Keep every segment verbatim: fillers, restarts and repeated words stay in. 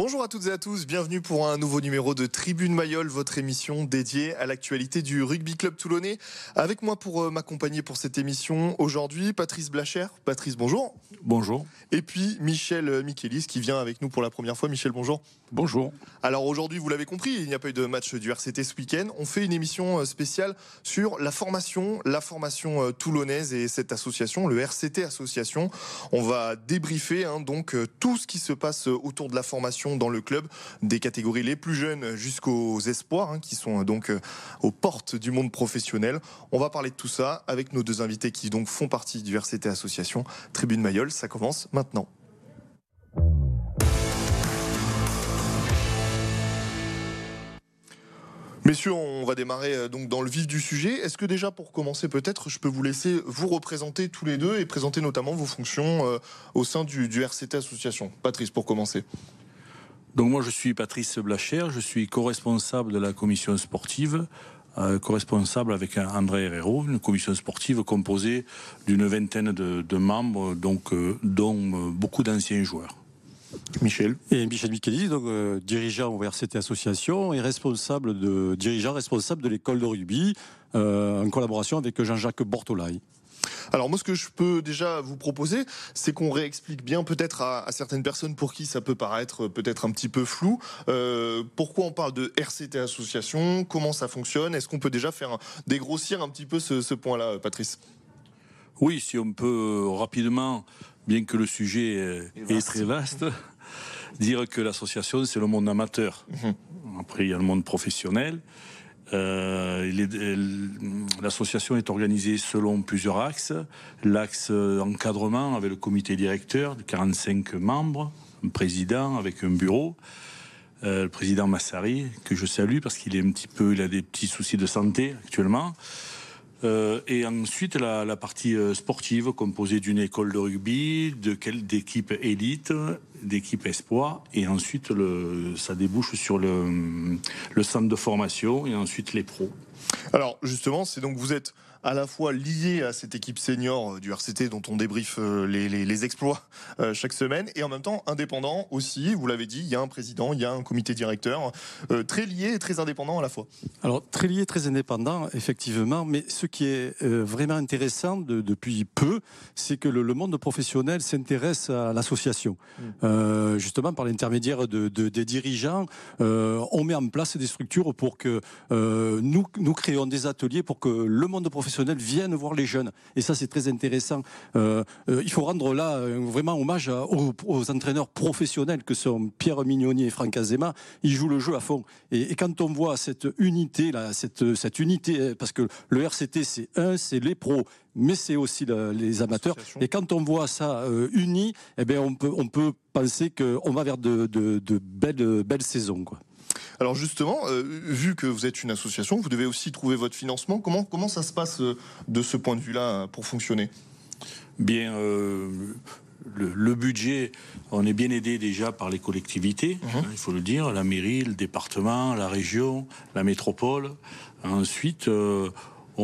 Bonjour à toutes et à tous, bienvenue pour un nouveau numéro de Tribune Mayol, votre émission dédiée à l'actualité du rugby club toulonnais. Avec moi pour m'accompagner pour cette émission aujourd'hui, Patrice Blacher. Patrice, bonjour. Bonjour. Et puis Michel Michelis qui vient avec nous pour la première fois. Michel, bonjour. Bonjour. Alors aujourd'hui, vous l'avez compris, il n'y a pas eu de match du R C T ce week-end. On fait une émission spéciale sur la formation, la formation toulonnaise et cette association, le R C T Association. On va débriefer hein, donc tout ce qui se passe autour de la formation dans le club, des catégories les plus jeunes jusqu'aux espoirs, hein, qui sont donc aux portes du monde professionnel. On va parler de tout ça avec nos deux invités qui donc font partie du R C T Association. Tribune Mayol, ça commence maintenant. Messieurs, on va démarrer donc dans le vif du sujet. Est-ce que déjà, pour commencer peut-être, je peux vous laisser vous représenter tous les deux et présenter notamment vos fonctions euh, au sein du, du R C T Association. Patrice, pour commencer. Donc moi, je suis Patrice Blacher, je suis co-responsable de la commission sportive, euh, co-responsable avec André Herrero, une commission sportive composée d'une vingtaine de, de membres, donc, euh, dont euh, beaucoup d'anciens joueurs. Michel. Et Michel Michelis, donc euh, dirigeant au R C T Association et responsable de dirigeant responsable de l'école de rugby, euh, en collaboration avec Jean-Jacques Bortolaï. Alors moi, ce que je peux déjà vous proposer, c'est qu'on réexplique bien peut-être à, à certaines personnes pour qui ça peut paraître peut-être un petit peu flou, euh, pourquoi on parle de R C T Association, comment ça fonctionne, est-ce qu'on peut déjà faire un, dégrossir un petit peu ce, ce point-là, Patrice ? Oui, si on peut rapidement, bien que le sujet est, est très vaste, dire que l'association, c'est le monde amateur. Mmh. Après, il y a le monde professionnel. Euh, l'association est organisée selon plusieurs axes. L'axe encadrement avec le comité directeur de quarante-cinq membres, un président avec un bureau, euh, le président Massari, que je salue parce qu'il est un petit peu, il a des petits soucis de santé actuellement. Euh, et ensuite la, la partie sportive composée d'une école de rugby, de d'équipes élites, d'équipes espoirs, et ensuite le, ça débouche sur le, le centre de formation et ensuite les pros. Alors justement, c'est donc vous êtes à la fois lié à cette équipe senior du R C T dont on débriefe les, les, les exploits chaque semaine, et en même temps indépendant aussi, vous l'avez dit, il y a un président, il y a un comité directeur, euh, très lié et très indépendant à la fois. Alors très lié, très indépendant, effectivement, mais ce qui est euh, vraiment intéressant de, depuis peu, c'est que le, le monde professionnel s'intéresse à l'association. Mmh. Euh, justement, par l'intermédiaire de, de, des dirigeants, euh, on met en place des structures pour que euh, nous, nous créons des ateliers pour que le monde professionnel viennent voir les jeunes, et ça c'est très intéressant. Euh, euh, il faut rendre là euh, vraiment hommage à, aux, aux entraîneurs professionnels que sont Pierre Mignonier et Franck Azema. Ils jouent le jeu à fond, et, et quand on voit cette unité là, cette, cette unité, parce que le R C T c'est un, c'est les pros, mais c'est aussi le, les amateurs, et quand on voit ça euh, uni, eh bien on peut, on peut penser qu'on va vers de, de, de belles, belles saisons, quoi. Alors justement, euh, vu que vous êtes une association, vous devez aussi trouver votre financement. Comment, comment ça se passe euh, de ce point de vue-là pour fonctionner ? Bien, euh, le, le budget, on est bien aidé déjà par les collectivités, mmh. hein, il faut le dire, la mairie, le département, la région, la métropole. Ensuite, euh,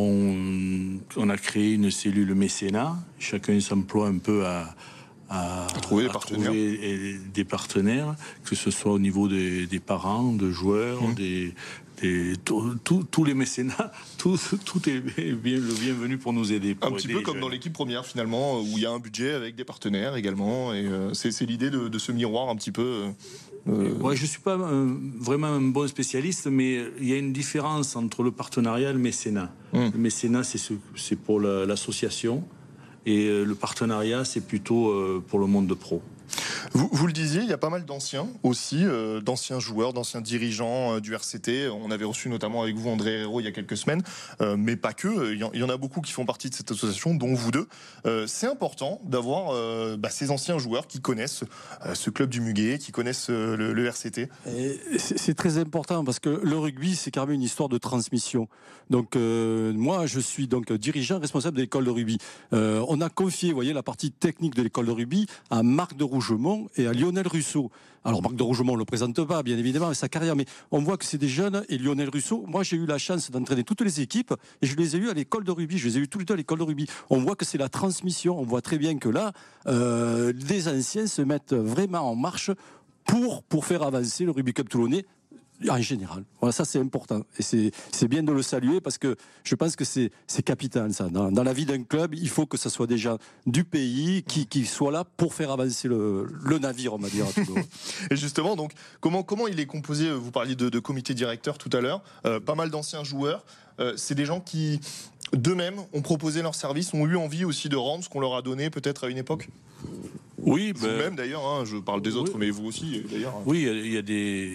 on, on a créé une cellule mécénat. Chacun s'emploie un peu à... À, à trouver des à partenaires, trouver des partenaires, que ce soit au niveau des, des parents, de joueurs, mmh. des, des, tous les mécénats, tout, tout est bien, le bienvenu pour nous aider. Pour un petit aider peu comme jeunes. Dans l'équipe première finalement, où il y a un budget avec des partenaires également, et euh, c'est l'idée de, de ce miroir un petit peu. Euh... Ouais, je ne suis pas un, vraiment un bon spécialiste, mais il y a une différence entre le partenariat et le mécénat. Mmh. Le mécénat, c'est pour l'association. Et le partenariat, c'est plutôt pour le monde de pro. Vous, vous le disiez, il y a pas mal d'anciens aussi, euh, d'anciens joueurs, d'anciens dirigeants euh, du R C T. On avait reçu notamment avec vous André Herrero il y a quelques semaines, euh, mais pas que. Il y, en, il y en a beaucoup qui font partie de cette association, dont vous deux. Euh, c'est important d'avoir euh, bah, ces anciens joueurs qui connaissent euh, ce club du Muguet, qui connaissent euh, le, le R C T. C'est très important parce que le rugby, c'est quand même une histoire de transmission. Donc euh, moi, je suis donc dirigeant responsable de l'école de rugby. Euh, on a confié, vous voyez, la partie technique de l'école de rugby à Marc de Rougemont et à Lionel Russo. Alors Marc de Rougemont, on ne le présente pas, bien évidemment, avec sa carrière, mais on voit que c'est des jeunes. Et Lionel Russo, moi j'ai eu la chance d'entraîner toutes les équipes et je les ai eus à l'école de rugby. Je les ai eus tous les deux à l'école de rugby. On voit que c'est la transmission. On voit très bien que là, euh, les anciens se mettent vraiment en marche pour, pour faire avancer le Rugby Club Toulonnais en général. Voilà, ça c'est important. Et c'est, c'est bien de le saluer parce que je pense que c'est, c'est capital ça. Dans, dans la vie d'un club, il faut que ce soit des gens du pays qui, qui soient là pour faire avancer le, le navire, on va dire. Et justement, donc, comment, comment il est composé? Vous parliez de, de comité directeur tout à l'heure. Euh, pas mal d'anciens joueurs. Euh, c'est des gens qui, d'eux-mêmes, ont proposé leur service, ont eu envie aussi de rendre ce qu'on leur a donné peut-être à une époque? Oui, ben, vous-même d'ailleurs, hein, je parle des autres, oui. Mais vous aussi d'ailleurs. Oui, il y a des,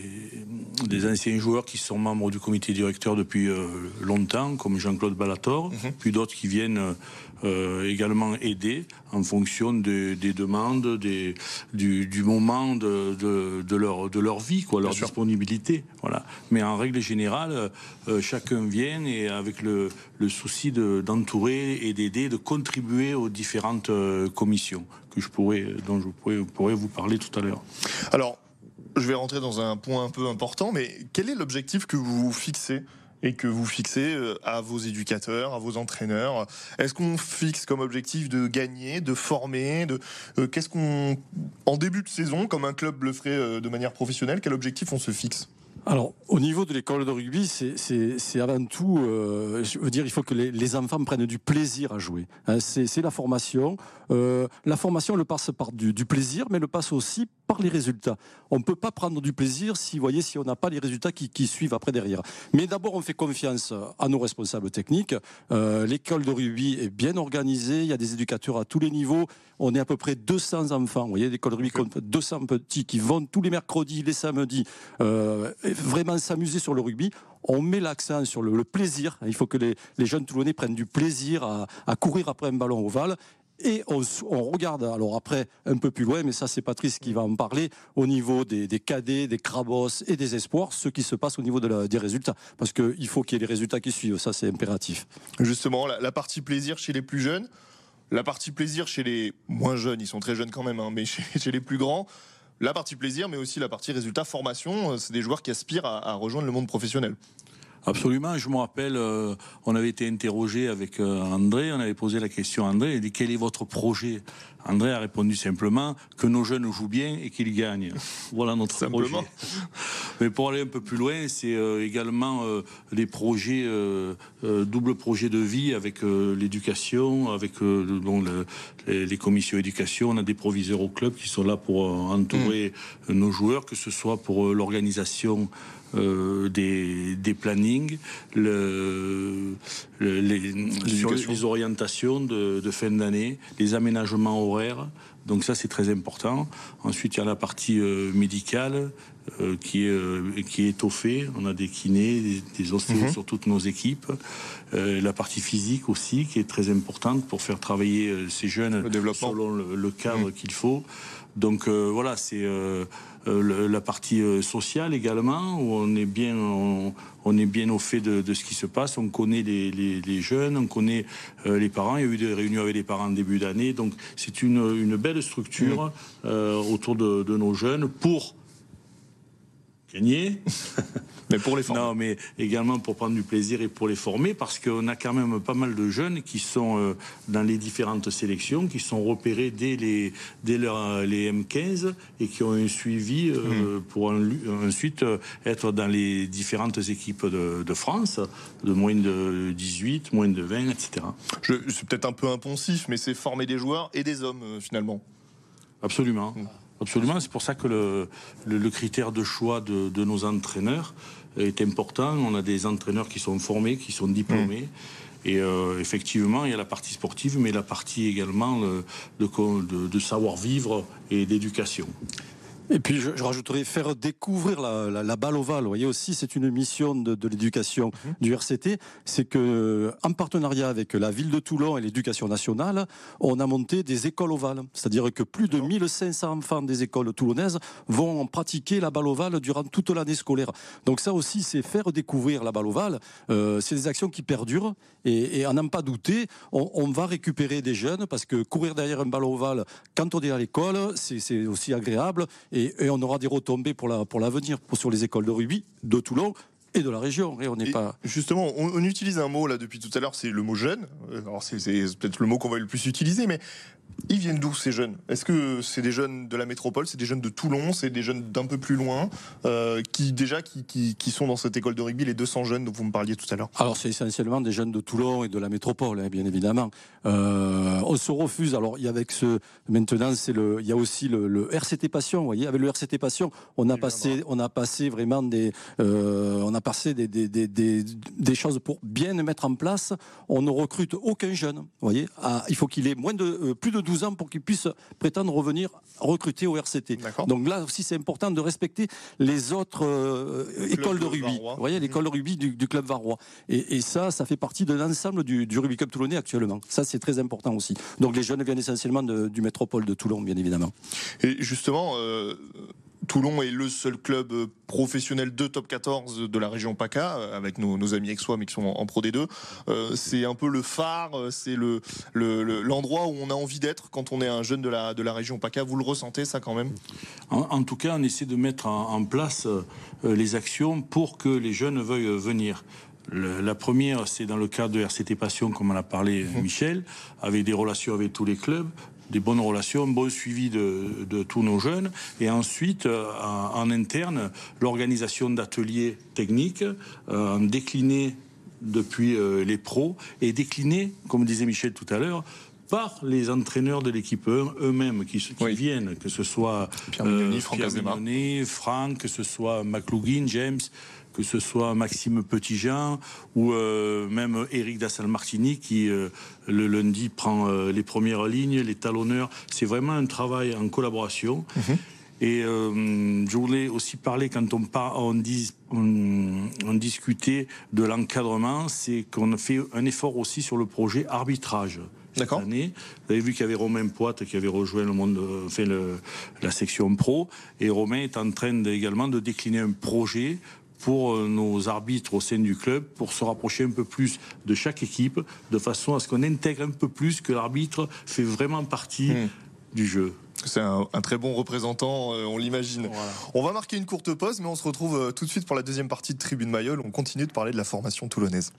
des anciens joueurs qui sont membres du comité directeur depuis euh, longtemps, comme Jean-Claude Ballator, mm-hmm. puis d'autres qui viennent euh, également aider en fonction de, des demandes, des, du, du moment de, de, de, leur, de leur vie, quoi, leur Bien disponibilité. Voilà. Mais en règle générale, euh, chacun vient et avec le, le souci de, d'entourer et d'aider, de contribuer aux différentes euh, commissions que je pourrais, dont je pourrais, pourrais vous parler tout à l'heure. Alors, je vais rentrer dans un point un peu important, mais quel est l'objectif que vous vous fixez et que vous fixez à vos éducateurs, à vos entraîneurs? Est-ce qu'on fixe comme objectif de gagner, de former, de euh, qu'est-ce qu'on, en début de saison, comme un club le ferait euh, de manière professionnelle, quel objectif on se fixe? Alors, au niveau de l'école de rugby, c'est, c'est, c'est avant tout, euh, je veux dire, il faut que les, les enfants prennent du plaisir à jouer. Hein, c'est, c'est la formation. Euh, la formation le passe par du, du plaisir, mais le passe aussi par les résultats. On ne peut pas prendre du plaisir si, vous voyez, si on n'a pas les résultats qui, qui suivent après derrière. Mais d'abord, on fait confiance à nos responsables techniques. Euh, l'école de rugby est bien organisée. Il y a des éducateurs à tous les niveaux. On est à peu près deux cents enfants. Vous voyez, l'école de rugby compte deux cents petits qui vont tous les mercredis, les samedis. Euh, vraiment s'amuser sur le rugby. On met l'accent sur le, le plaisir. Il faut que les, les jeunes Toulonnais prennent du plaisir à, à courir après un ballon ovale. Et on, on regarde, alors après, un peu plus loin, mais ça c'est Patrice qui va en parler, au niveau des, des cadets, des crabos et des espoirs, ce qui se passe au niveau de la, des résultats. Parce qu'il faut qu'il y ait les résultats qui suivent, ça c'est impératif. Justement, la, la partie plaisir chez les plus jeunes, la partie plaisir chez les moins jeunes, ils sont très jeunes quand même, hein, mais chez, chez les plus grands, la partie plaisir, mais aussi la partie résultat, formation, c'est des joueurs qui aspirent à, à rejoindre le monde professionnel. Absolument, je me rappelle, euh, on avait été interrogé avec euh, André, on avait posé la question à André, il a dit quel est votre projet? André a répondu simplement que nos jeunes jouent bien et qu'ils gagnent. Voilà notre simplement. projet. Mais pour aller un peu plus loin, c'est euh, également euh, des projets, euh, euh, double projet de vie avec euh, l'éducation, avec euh, donc, le, les, les commissions éducation. On a des proviseurs au club qui sont là pour euh, entourer mmh. nos joueurs, que ce soit pour euh, l'organisation Euh, des, des plannings, le, le, les, sur les orientations de, de fin d'année, les aménagements horaires. Donc ça, c'est très important. Ensuite, il y a la partie euh, médicale euh, qui, est, euh, qui est étoffée. On a des kinés, des, des ostéos mm-hmm. sur toutes nos équipes. Euh, la partie physique aussi, qui est très importante pour faire travailler euh, ces jeunes le selon le, le cadre mm. qu'il faut. Donc euh, voilà, c'est euh, euh, la partie euh, sociale également, où on est bien, on, on est bien au fait de, de ce qui se passe. On connaît les, les, les jeunes, on connaît euh, les parents. Il y a eu des réunions avec les parents en début d'année. Donc c'est une, une belle structure mmh. euh, autour de, de nos jeunes pour gagner. Mais pour les former. Non, mais également pour prendre du plaisir et pour les former, parce qu'on a quand même pas mal de jeunes qui sont euh, dans les différentes sélections, qui sont repérés dès les, dès leur, les M quinze et qui ont un suivi euh, mmh. pour un, ensuite euh, être dans les différentes équipes de, de France, de moins de dix-huit, moins de vingt, et cetera. Je, c'est peut-être un peu impensif, mais c'est former des joueurs et des hommes, euh, finalement. Absolument. Mmh. Absolument, c'est pour ça que le, le, le critère de choix de, de nos entraîneurs est important. On a des entraîneurs qui sont formés, qui sont diplômés. Mmh. Et euh, effectivement, il y a la partie sportive, mais la partie également le, de, de, de savoir-vivre et d'éducation. Et puis je, je rajouterais faire découvrir la, la, la balle ovale. Vous voyez aussi, c'est une mission de, de l'éducation mmh. du R C T. C'est que, en partenariat avec la ville de Toulon et l'éducation nationale, on a monté des écoles ovales. C'est-à-dire que plus de mille cinq cents enfants des écoles toulonnaises vont pratiquer la balle ovale durant toute l'année scolaire. Donc ça aussi, c'est faire découvrir la balle ovale. Euh, c'est des actions qui perdurent. Et, et à n'en pas douter, on, on va récupérer des jeunes parce que courir derrière un ballon ovale, quand on est à l'école, c'est, c'est aussi agréable. Et Et, et on aura des retombées pour, la, pour l'avenir pour, sur les écoles de rugby de Toulon et de la région. Et on n'est pas... Justement, on, on utilise un mot là depuis tout à l'heure, c'est le mot jeune. Alors c'est, c'est peut-être le mot qu'on va le plus utiliser, mais Ils viennent d'où ces jeunes? Est-ce que c'est des jeunes de la métropole, c'est des jeunes de Toulon, c'est des jeunes d'un peu plus loin, euh, qui déjà qui, qui, qui sont dans cette école de rugby, les deux cents jeunes dont vous me parliez tout à l'heure? Alors c'est essentiellement des jeunes de Toulon et de la métropole, hein, bien évidemment. Euh, on se refuse. Alors il y a avec ce maintenant c'est le, il y a aussi le, le R C T Passion. Vous voyez, avec le R C T Passion, on a passé, on a passé vraiment des, euh, on a passé des, des, des, des, des choses pour bien mettre en place. On ne recrute aucun jeune. Vous voyez, à, il faut qu'il ait moins de euh, plus de douze ans pour qu'il puisse prétendre revenir recruter au R C T. Donc là aussi c'est important de respecter les autres euh, écoles de rugby. Vous voyez, l'école de rugby du, du club varois. Et, et ça, ça fait partie de l'ensemble du, du rugby club toulonnais actuellement. Ça c'est très important aussi. Donc les jeunes viennent essentiellement de, du métropole de Toulon, bien évidemment. Et justement, euh, Toulon est le seul club professionnel de top quatorze de la région PACA, avec nos, nos amis aixois mais qui sont en, en Pro D deux. Euh, c'est un peu le phare, c'est le, le, le, l'endroit où on a envie d'être quand on est un jeune de la, de la région PACA. Vous le ressentez ça quand même? en, en tout cas, on essaie de mettre en, en place euh, les actions pour que les jeunes veuillent venir. Le, la première, c'est dans le cadre de R C T Passion, comme en a parlé mmh. Michel, avec des relations avec tous les clubs, des bonnes relations, un bon suivi de, de tous nos jeunes, et ensuite, euh, en, en interne, l'organisation d'ateliers techniques, euh, déclinés depuis euh, les pros, et déclinés, comme disait Michel tout à l'heure, par les entraîneurs de l'équipe eux-mêmes qui, qui oui. viennent, que ce soit Pierre Mignoni, euh, Franck Pierre Mignoni, Franck, que ce soit McLoughlin, James, que ce soit Maxime Petitjean ou euh, même Eric Dassal-Martini qui euh, le lundi prend euh, les premières lignes, les talonneurs. C'est vraiment un travail en collaboration. Mm-hmm. Et euh, je voulais aussi parler, quand on, par, on, dis, on, on discutait de l'encadrement, c'est qu'on a fait un effort aussi sur le projet arbitrage. Cette année, vous avez vu qu'il y avait Romain Poite qui avait rejoint le monde, fait le, la section pro, et Romain est en train de, également de décliner un projet pour nos arbitres au sein du club, pour se rapprocher un peu plus de chaque équipe, de façon à ce qu'on intègre un peu plus que l'arbitre fait vraiment partie mmh. du jeu. C'est un, un très bon représentant, euh, on l'imagine. Voilà. On va marquer une courte pause, mais on se retrouve euh, tout de suite pour la deuxième partie de Tribune Mayol. On continue de parler de la formation toulonnaise.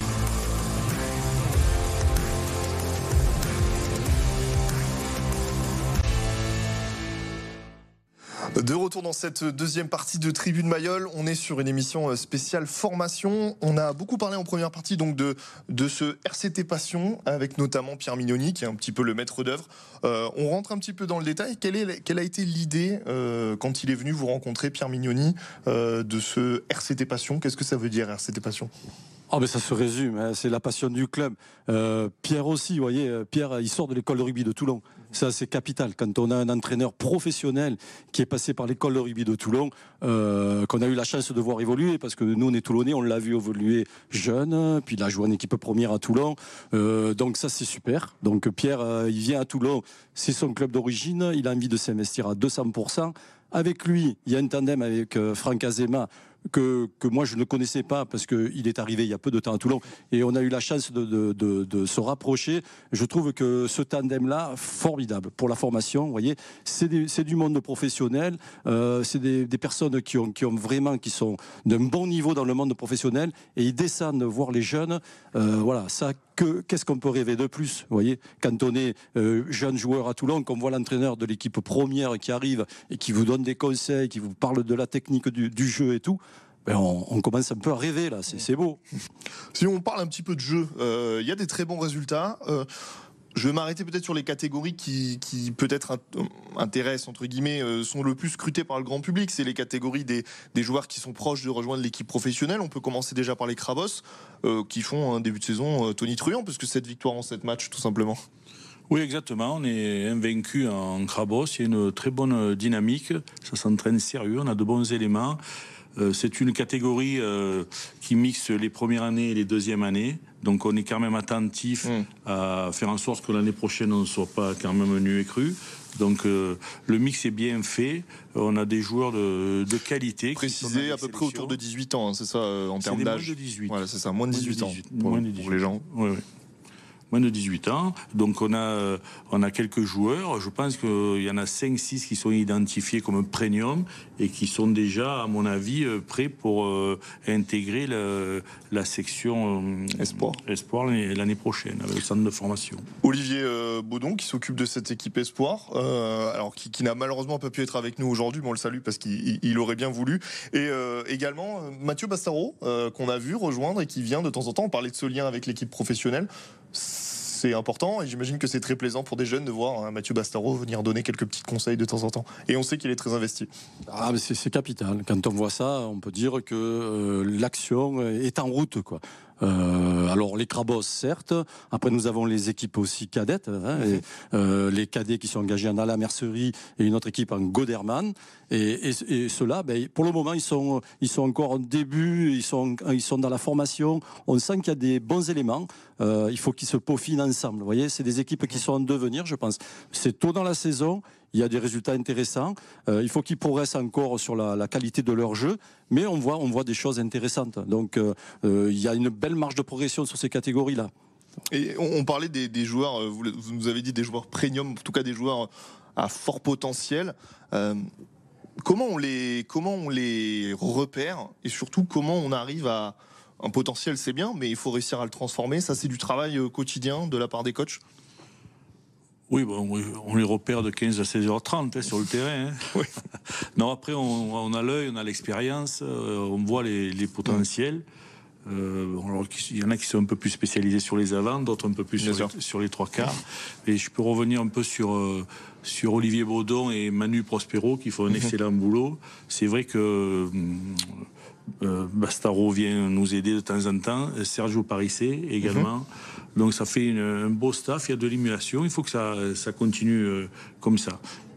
De retour dans cette deuxième partie de Tribune Mayol, on est sur une émission spéciale formation. On a beaucoup parlé en première partie donc de, de ce R C T Passion, avec notamment Pierre Mignoni, qui est un petit peu le maître d'œuvre. Euh, on rentre un petit peu dans le détail. Quelle, est, quelle a été l'idée, euh, quand il est venu vous rencontrer, Pierre Mignoni, euh, de ce R C T Passion? Qu'est-ce que ça veut dire, R C T Passion? Oh ben ça se résume, hein, c'est la passion du club. Euh, Pierre aussi, vous voyez, Pierre, il sort de l'école de rugby de Toulon. Ça, c'est capital. Quand on a un entraîneur professionnel qui est passé par l'école de rugby de Toulon, euh, qu'on a eu la chance de voir évoluer, parce que nous, on est Toulonnais, on l'a vu évoluer jeune, puis il a joué en équipe première à Toulon. Euh, donc ça, c'est super. Donc Pierre, euh, il vient à Toulon, c'est son club d'origine, il a envie de s'investir à deux cents pour cent. Avec lui, il y a un tandem avec euh, Franck Azema, Que, que moi je ne connaissais pas parce qu'il est arrivé il y a peu de temps à Toulon et on a eu la chance de, de, de, de se rapprocher. Je trouve que ce tandem-là, formidable pour la formation, vous voyez, c'est, des, c'est du monde professionnel, euh, c'est des, des personnes qui ont, qui ont vraiment, qui sont d'un bon niveau dans le monde professionnel et ils descendent voir les jeunes, euh, voilà, ça, que, qu'est-ce qu'on peut rêver de plus, vous voyez, quand on est euh, jeune joueur à Toulon, qu'on voit l'entraîneur de l'équipe première qui arrive et qui vous donne des conseils, qui vous parle de la technique du, du jeu et tout, ben on, on commence un peu à rêver là, c'est, c'est beau. Si on parle un petit peu de jeu, il euh, y a des très bons résultats. Euh, je vais m'arrêter peut-être sur les catégories qui, qui peut-être intéressent, entre guillemets, euh, sont le plus scrutées par le grand public. C'est les catégories des, des joueurs qui sont proches de rejoindre l'équipe professionnelle. On peut commencer déjà par les Crabos, euh, qui font un début de saison euh, tonitruant, puisque cette victoire en sept matchs, tout simplement. Oui, exactement. On est invaincu en Crabos. Il y a une très bonne dynamique. Ça s'entraîne sérieux. On a de bons éléments. Euh, c'est une catégorie euh, qui mixe les premières années et les deuxièmes années. Donc on est quand même attentif mmh. à faire en sorte que l'année prochaine on ne soit pas quand même nu et cru. Donc euh, le mix est bien fait. On a des joueurs de, de qualité. Précisé à peu près autour de dix-huit ans, hein, c'est ça, euh, en c'est termes d'âge. Moins de dix-huit. Voilà, c'est ça, moins de dix-huit ans pour, moins de dix-huit pour les gens. Oui, oui. moins de dix-huit ans. Donc on a, on a quelques joueurs. Je pense qu'il y en a cinq six qui sont identifiés comme premium et qui sont déjà, à mon avis, prêts pour euh, intégrer la, la section euh, Espoir, Espoir l'année, l'année prochaine avec le centre de formation. Olivier euh, Baudon qui s'occupe de cette équipe Espoir, euh, alors qui, qui n'a malheureusement pas pu être avec nous aujourd'hui, mais on le salue parce qu'il il aurait bien voulu. Et euh, également euh, Mathieu Bastaro, euh, qu'on a vu rejoindre et qui vient de temps en temps. On parlait de ce lien avec l'équipe professionnelle. C'est important et j'imagine que c'est très plaisant pour des jeunes de voir hein, Mathieu Bastaro venir donner quelques petits conseils de temps en temps. Et on sait qu'il est très investi. Ah, mais c'est, c'est capital. Quand on voit ça, on peut dire que euh, l'action est en route, quoi. Euh, alors les Crabos, certes. Après, nous avons les équipes aussi cadettes, hein, et, euh, les cadets qui sont engagés en Ala Mercerie et une autre équipe en Goderman. Et, et, et ceux-là, ben, pour le moment, ils sont, ils sont encore en début, ils sont, ils sont dans la formation. On sent qu'il y a des bons éléments. Euh, il faut qu'ils se peaufinent ensemble. Vous voyez, c'est des équipes qui sont en devenir, je pense. C'est tôt dans la saison. Il y a des résultats intéressants. Euh, il faut qu'ils progressent encore sur la, la qualité de leur jeu, mais on voit, on voit des choses intéressantes. Donc, euh, euh, il y a une belle marge de progression sur ces catégories-là. Et on, on parlait des, des joueurs, vous, vous nous avez dit des joueurs premium, en tout cas des joueurs à fort potentiel. Euh, comment on les, comment on les repère et surtout comment on arrive à un potentiel, c'est bien, mais il faut réussir à le transformer. Ça, c'est du travail quotidien de la part des coachs. Oui, bon, on les repère de quinze à seize heures trente hein, sur le terrain. Hein. Oui. Non, après, on, on a l'œil, on a l'expérience, euh, on voit les, les potentiels. Euh, alors, il y en a qui sont un peu plus spécialisés sur les avants, d'autres un peu plus sur les, sur les trois quarts. Et je peux revenir un peu sur, euh, sur Olivier Baudon et Manu Prospero qui font un excellent boulot. C'est vrai que euh, Bastaro vient nous aider de temps en temps, Sergio Parissé également. Mm-hmm. Donc ça fait une, un beau staff, il y a de l'émulation, il faut que ça, ça continue euh, comme ça.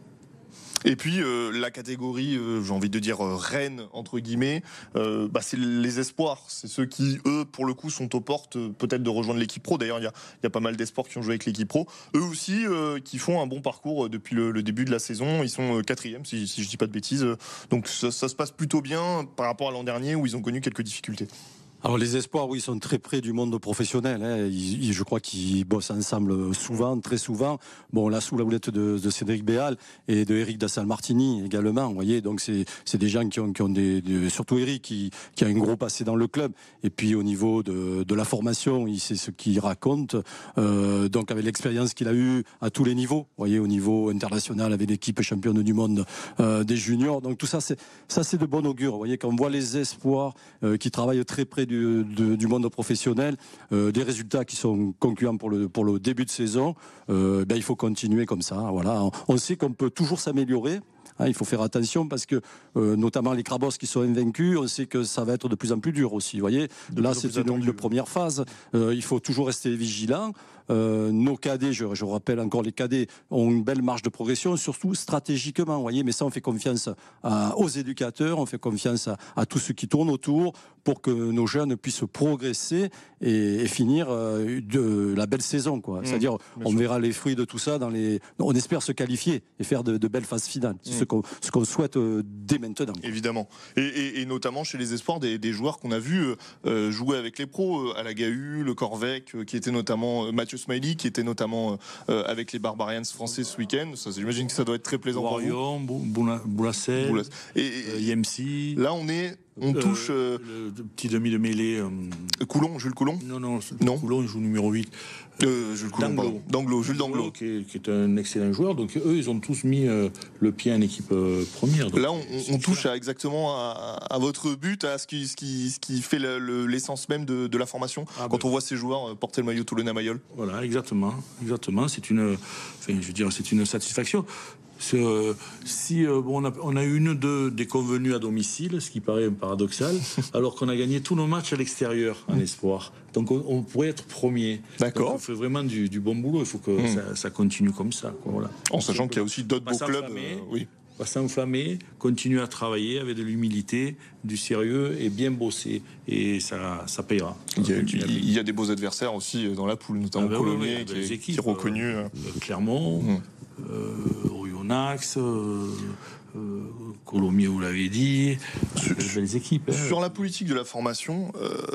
Et puis euh, la catégorie, euh, j'ai envie de dire euh, reine entre guillemets, euh, bah, c'est les espoirs, c'est ceux qui eux pour le coup sont aux portes euh, peut-être de rejoindre l'équipe pro. D'ailleurs il y a, y a pas mal d'espoirs qui ont joué avec l'équipe pro, eux aussi euh, qui font un bon parcours depuis le, le début de la saison. Ils sont euh, quatrième si, si je dis pas de bêtises, donc ça, ça se passe plutôt bien par rapport à l'an dernier où ils ont connu quelques difficultés. Alors les espoirs, oui, ils sont très près du monde professionnel. Hein. Ils, je crois qu'ils bossent ensemble souvent, très souvent. Bon, là sous la houlette de, de Cédric Béal et de Eric Dassal-Martini également. Vous voyez, donc c'est, c'est des gens qui ont, qui ont des, des, surtout Eric qui, qui a un gros passé dans le club. Et puis au niveau de, de la formation, il sait ce qu'il raconte. Euh, donc avec l'expérience qu'il a eue à tous les niveaux. Vous voyez, au niveau international avec l'équipe championne du monde euh, des juniors. Donc tout ça, c'est ça, c'est de bon augure. Vous voyez, quand on voit les espoirs euh, qui travaillent très près du Du, de, du monde professionnel, euh, des résultats qui sont concluants pour le, pour le début de saison, euh, ben, il faut continuer comme ça. Voilà. On sait qu'on peut toujours s'améliorer. Hein, il faut faire attention parce que, euh, notamment les Crabos qui sont invaincus, on sait que ça va être de plus en plus dur aussi. Vous voyez, de là, c'est une, une première phase. Euh, il faut toujours rester vigilant. Euh, nos cadets, je, je rappelle encore, les cadets ont une belle marge de progression, surtout stratégiquement. Vous voyez, mais ça, on fait confiance à, aux éducateurs, on fait confiance à, à tous ceux qui tournent autour pour que nos jeunes puissent progresser et, et finir euh, de la belle saison, quoi. Mmh, c'est-à-dire, on sûr. verra les fruits de tout ça dans les. On espère se qualifier et faire de, de belles phases finales. C'est mmh. ce qu'on ce qu'on souhaite euh, dès maintenant. Quoi. Évidemment, et, et, et notamment chez les espoirs des, des joueurs qu'on a vus euh, jouer avec les pros, euh, Alagahu, le Corvec, euh, qui était notamment euh, Mathieu Smiley, qui était notamment euh, avec les Barbarians français ce week-end. Ça, j'imagine que ça doit être très plaisant Warion, pour vous. Boulassel, Boulas. Et, et euh, Yemsi. Là, on est. On euh, touche. Euh, le petit demi de mêlée. Euh, Coulon, Jules Coulon Non, non, non. Coulon, il joue numéro huit. Euh, Jules Coulon, Danglo. Danglo, Jules Danglo. Qui est, qui est un excellent joueur. Donc, eux, ils ont tous mis euh, le pied en équipe euh, première. Donc, là, on, on touche à exactement à, à votre but, à ce qui, ce qui, ce qui fait le, le, l'essence même de, de la formation. Ah quand ben. on voit ces joueurs porter le maillot toulonnais Mayol. Voilà, exactement. Exactement. C'est une, enfin, je veux dire, c'est une satisfaction. C'est, euh, si euh, bon, on, a, on a eu une de déconvenues à domicile, ce qui paraît paradoxal, alors qu'on a gagné tous nos matchs à l'extérieur en espoir. Donc on, on pourrait être premier. D'accord. Donc on fait vraiment du, du bon boulot. Il faut que mmh. ça, ça continue comme ça. Quoi, voilà. En sachant qu'il y a aussi d'autres beaux clubs. Euh, oui. Pas s'enflammer, continuer à travailler avec de l'humilité, du sérieux et bien bosser. Et ça, ça payera. Il y, a, il y a des beaux adversaires aussi dans la poule, notamment ah ben Colomiers, oui, oui, qui, équipes, qui est reconnu. Euh, Clermont, mmh. euh, Oyonnax, euh, euh, Colomiers, vous l'avez dit, sur, de belles équipes. Sur hein. la politique de la formation, euh,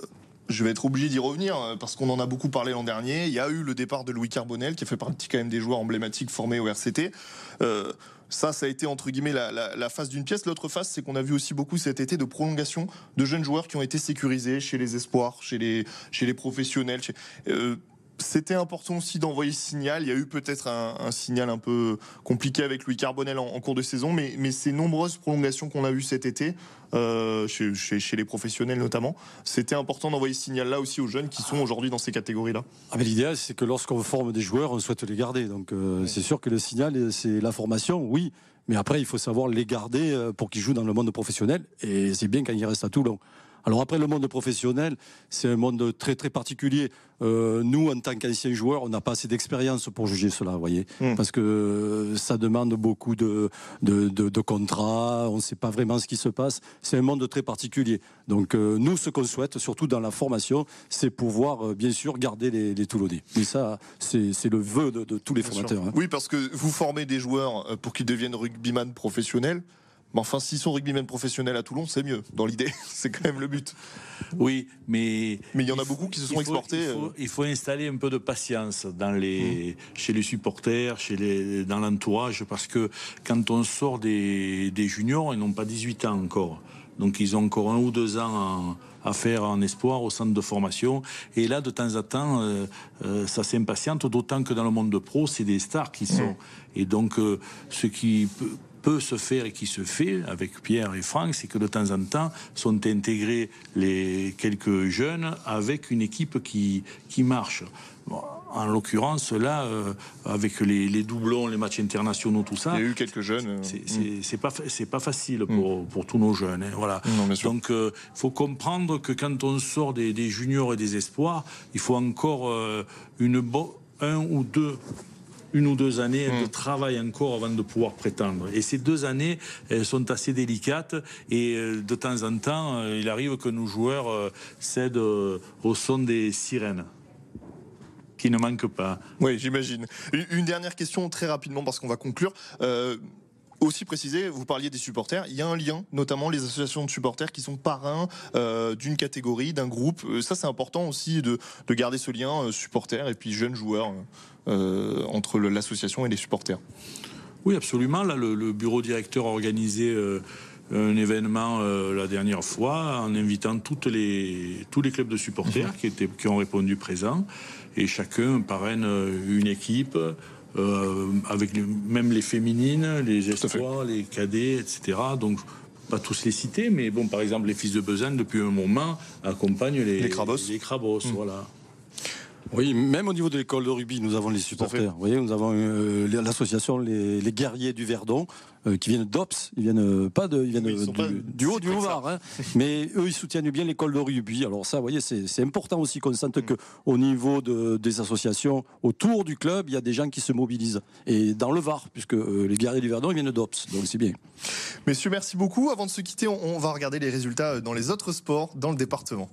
Je vais être obligé d'y revenir parce qu'on en a beaucoup parlé l'an dernier. Il y a eu le départ de Louis Carbonel qui a fait partie quand même des joueurs emblématiques formés au R C T. Euh, ça, ça a été entre guillemets la, la, la face d'une pièce. L'autre face, c'est qu'on a vu aussi beaucoup cet été de prolongation de jeunes joueurs qui ont été sécurisés chez les espoirs, chez les, chez les professionnels. Chez, euh, C'était important aussi d'envoyer ce signal. Il y a eu peut-être un, un signal un peu compliqué avec Louis Carbonel en, en cours de saison, mais, mais ces nombreuses prolongations qu'on a vues cet été, euh, chez, chez, chez les professionnels notamment, c'était important d'envoyer ce signal-là aussi aux jeunes qui sont aujourd'hui dans ces catégories-là. Ah mais l'idéal, c'est que lorsqu'on forme des joueurs, on souhaite les garder. Donc euh, oui. C'est sûr que le signal, c'est la formation, oui. Mais après, il faut savoir les garder pour qu'ils jouent dans le monde professionnel. Et c'est bien quand ils restent à Toulon. Alors après, le monde professionnel, c'est un monde très très particulier. Euh, nous, en tant qu'anciens joueurs, on n'a pas assez d'expérience pour juger cela, vous voyez, mmh. parce que ça demande beaucoup de, de, de, de contrats, on ne sait pas vraiment ce qui se passe. C'est un monde très particulier. Donc euh, nous, ce qu'on souhaite, surtout dans la formation, c'est pouvoir, euh, bien sûr, garder les, les Toulonnais. Et ça, c'est, c'est le vœu de, de tous les bien formateurs. Hein. Oui, parce que vous formez des joueurs pour qu'ils deviennent rugbyman professionnels. Mais enfin, s'ils sont rugbymen professionnels à Toulon, c'est mieux. Dans l'idée, c'est quand même le but. Oui, mais... Mais il y en a beaucoup qui se sont faut, exportés. Il faut, il faut installer un peu de patience dans les, mmh. chez les supporters, chez les, dans l'entourage, parce que quand on sort des, des juniors, ils n'ont pas dix-huit ans encore. Donc ils ont encore un ou deux ans à, à faire en espoir au centre de formation. Et là, de temps en temps, euh, euh, ça s'impatiente, d'autant que dans le monde de pro, c'est des stars qui sont. Mmh. Et donc, euh, ce qui peut... peut se faire et qui se fait avec Pierre et Franck, c'est que de temps en temps sont intégrés les quelques jeunes avec une équipe qui, qui marche. Bon, en l'occurrence, là, euh, avec les, les doublons, les matchs internationaux, tout ça... Il y a eu quelques jeunes. Euh... C'est, c'est, c'est, pas, c'est pas facile pour, mmh. pour tous nos jeunes. Hein, voilà. Non, donc, il euh, faut comprendre que quand on sort des, des juniors et des espoirs, il faut encore euh, une bo- un ou deux... une ou deux années mmh. de travail encore avant de pouvoir prétendre. Et ces deux années, elles sont assez délicates et de temps en temps, il arrive que nos joueurs cèdent au son des sirènes, qui ne manquent pas. Oui, j'imagine. Une dernière question très rapidement parce qu'on va conclure. Euh... Aussi préciser, vous parliez des supporters, il y a un lien, notamment les associations de supporters qui sont parrains euh, d'une catégorie, d'un groupe. Ça, c'est important aussi de, de garder ce lien euh, supporters et puis jeunes joueurs euh, entre le, l'association et les supporters. Oui, absolument. Là, le, le bureau directeur a organisé euh, un événement euh, la dernière fois en invitant toutes les, tous les clubs de supporters mmh. qui, étaient, qui ont répondu présents. Et chacun parraine une équipe. Euh, avec les, même les féminines, les espoirs, les cadets, et cetera. Donc, pas tous les citer, mais bon, par exemple, les fils de Besançon, depuis un moment, accompagnent les, les Crabos. Les crabos mmh. voilà. Oui, même au niveau de l'école de rugby, nous avons les supporters. Vous voyez, nous avons euh, l'association les, les guerriers du Verdon euh, qui viennent d'Ops, ils viennent euh, pas de, ils viennent oui, ils du, pas, du haut du Haut-Var, hein, mais eux ils soutiennent bien l'école de rugby. Alors ça, vous voyez, c'est, c'est important aussi qu'on sente mmh. que au niveau de, des associations autour du club, il y a des gens qui se mobilisent. Et dans le Var, puisque euh, les guerriers du Verdon ils viennent d'Ops, donc c'est bien. Messieurs, merci beaucoup. Avant de se quitter, on, on va regarder les résultats dans les autres sports dans le département.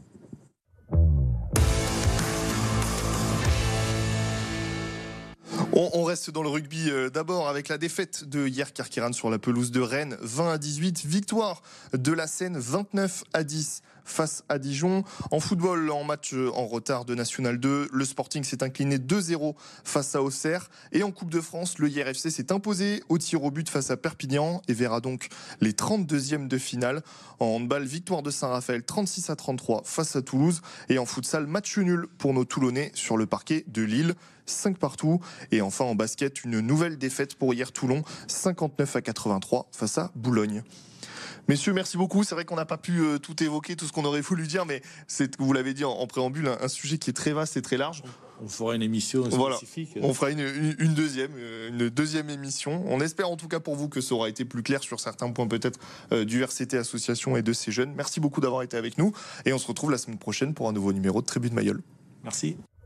On, on reste dans le rugby euh, d'abord avec la défaite de hier Carqueiranne sur la pelouse de Rennes, vingt à dix-huit. Victoire de la Seine, vingt-neuf à dix face à Dijon. En football, en match en retard de National deux, le Sporting s'est incliné deux zéro face à Auxerre. Et en Coupe de France, le I R F C s'est imposé au tir au but face à Perpignan et verra donc les trente-deuxièmes de finale. En handball, victoire de Saint-Raphaël trente-six à trente-trois face à Toulouse. Et en futsal, match nul pour nos Toulonnais sur le parquet de Lille. cinq partout. Et enfin en basket, une nouvelle défaite pour hier Toulon, cinquante-neuf à quatre-vingt-trois face à Boulogne. Messieurs, merci beaucoup. C'est vrai qu'on n'a pas pu euh, tout évoquer, tout ce qu'on aurait voulu dire, mais c'est, vous l'avez dit en, en préambule, un, un sujet qui est très vaste et très large. On fera une émission spécifique. Voilà. On fera une, une, une deuxième, une deuxième émission. On espère en tout cas pour vous que ça aura été plus clair sur certains points peut-être euh, du R C T Association et de ces jeunes. Merci beaucoup d'avoir été avec nous et on se retrouve la semaine prochaine pour un nouveau numéro de Tribune Mayol. Merci.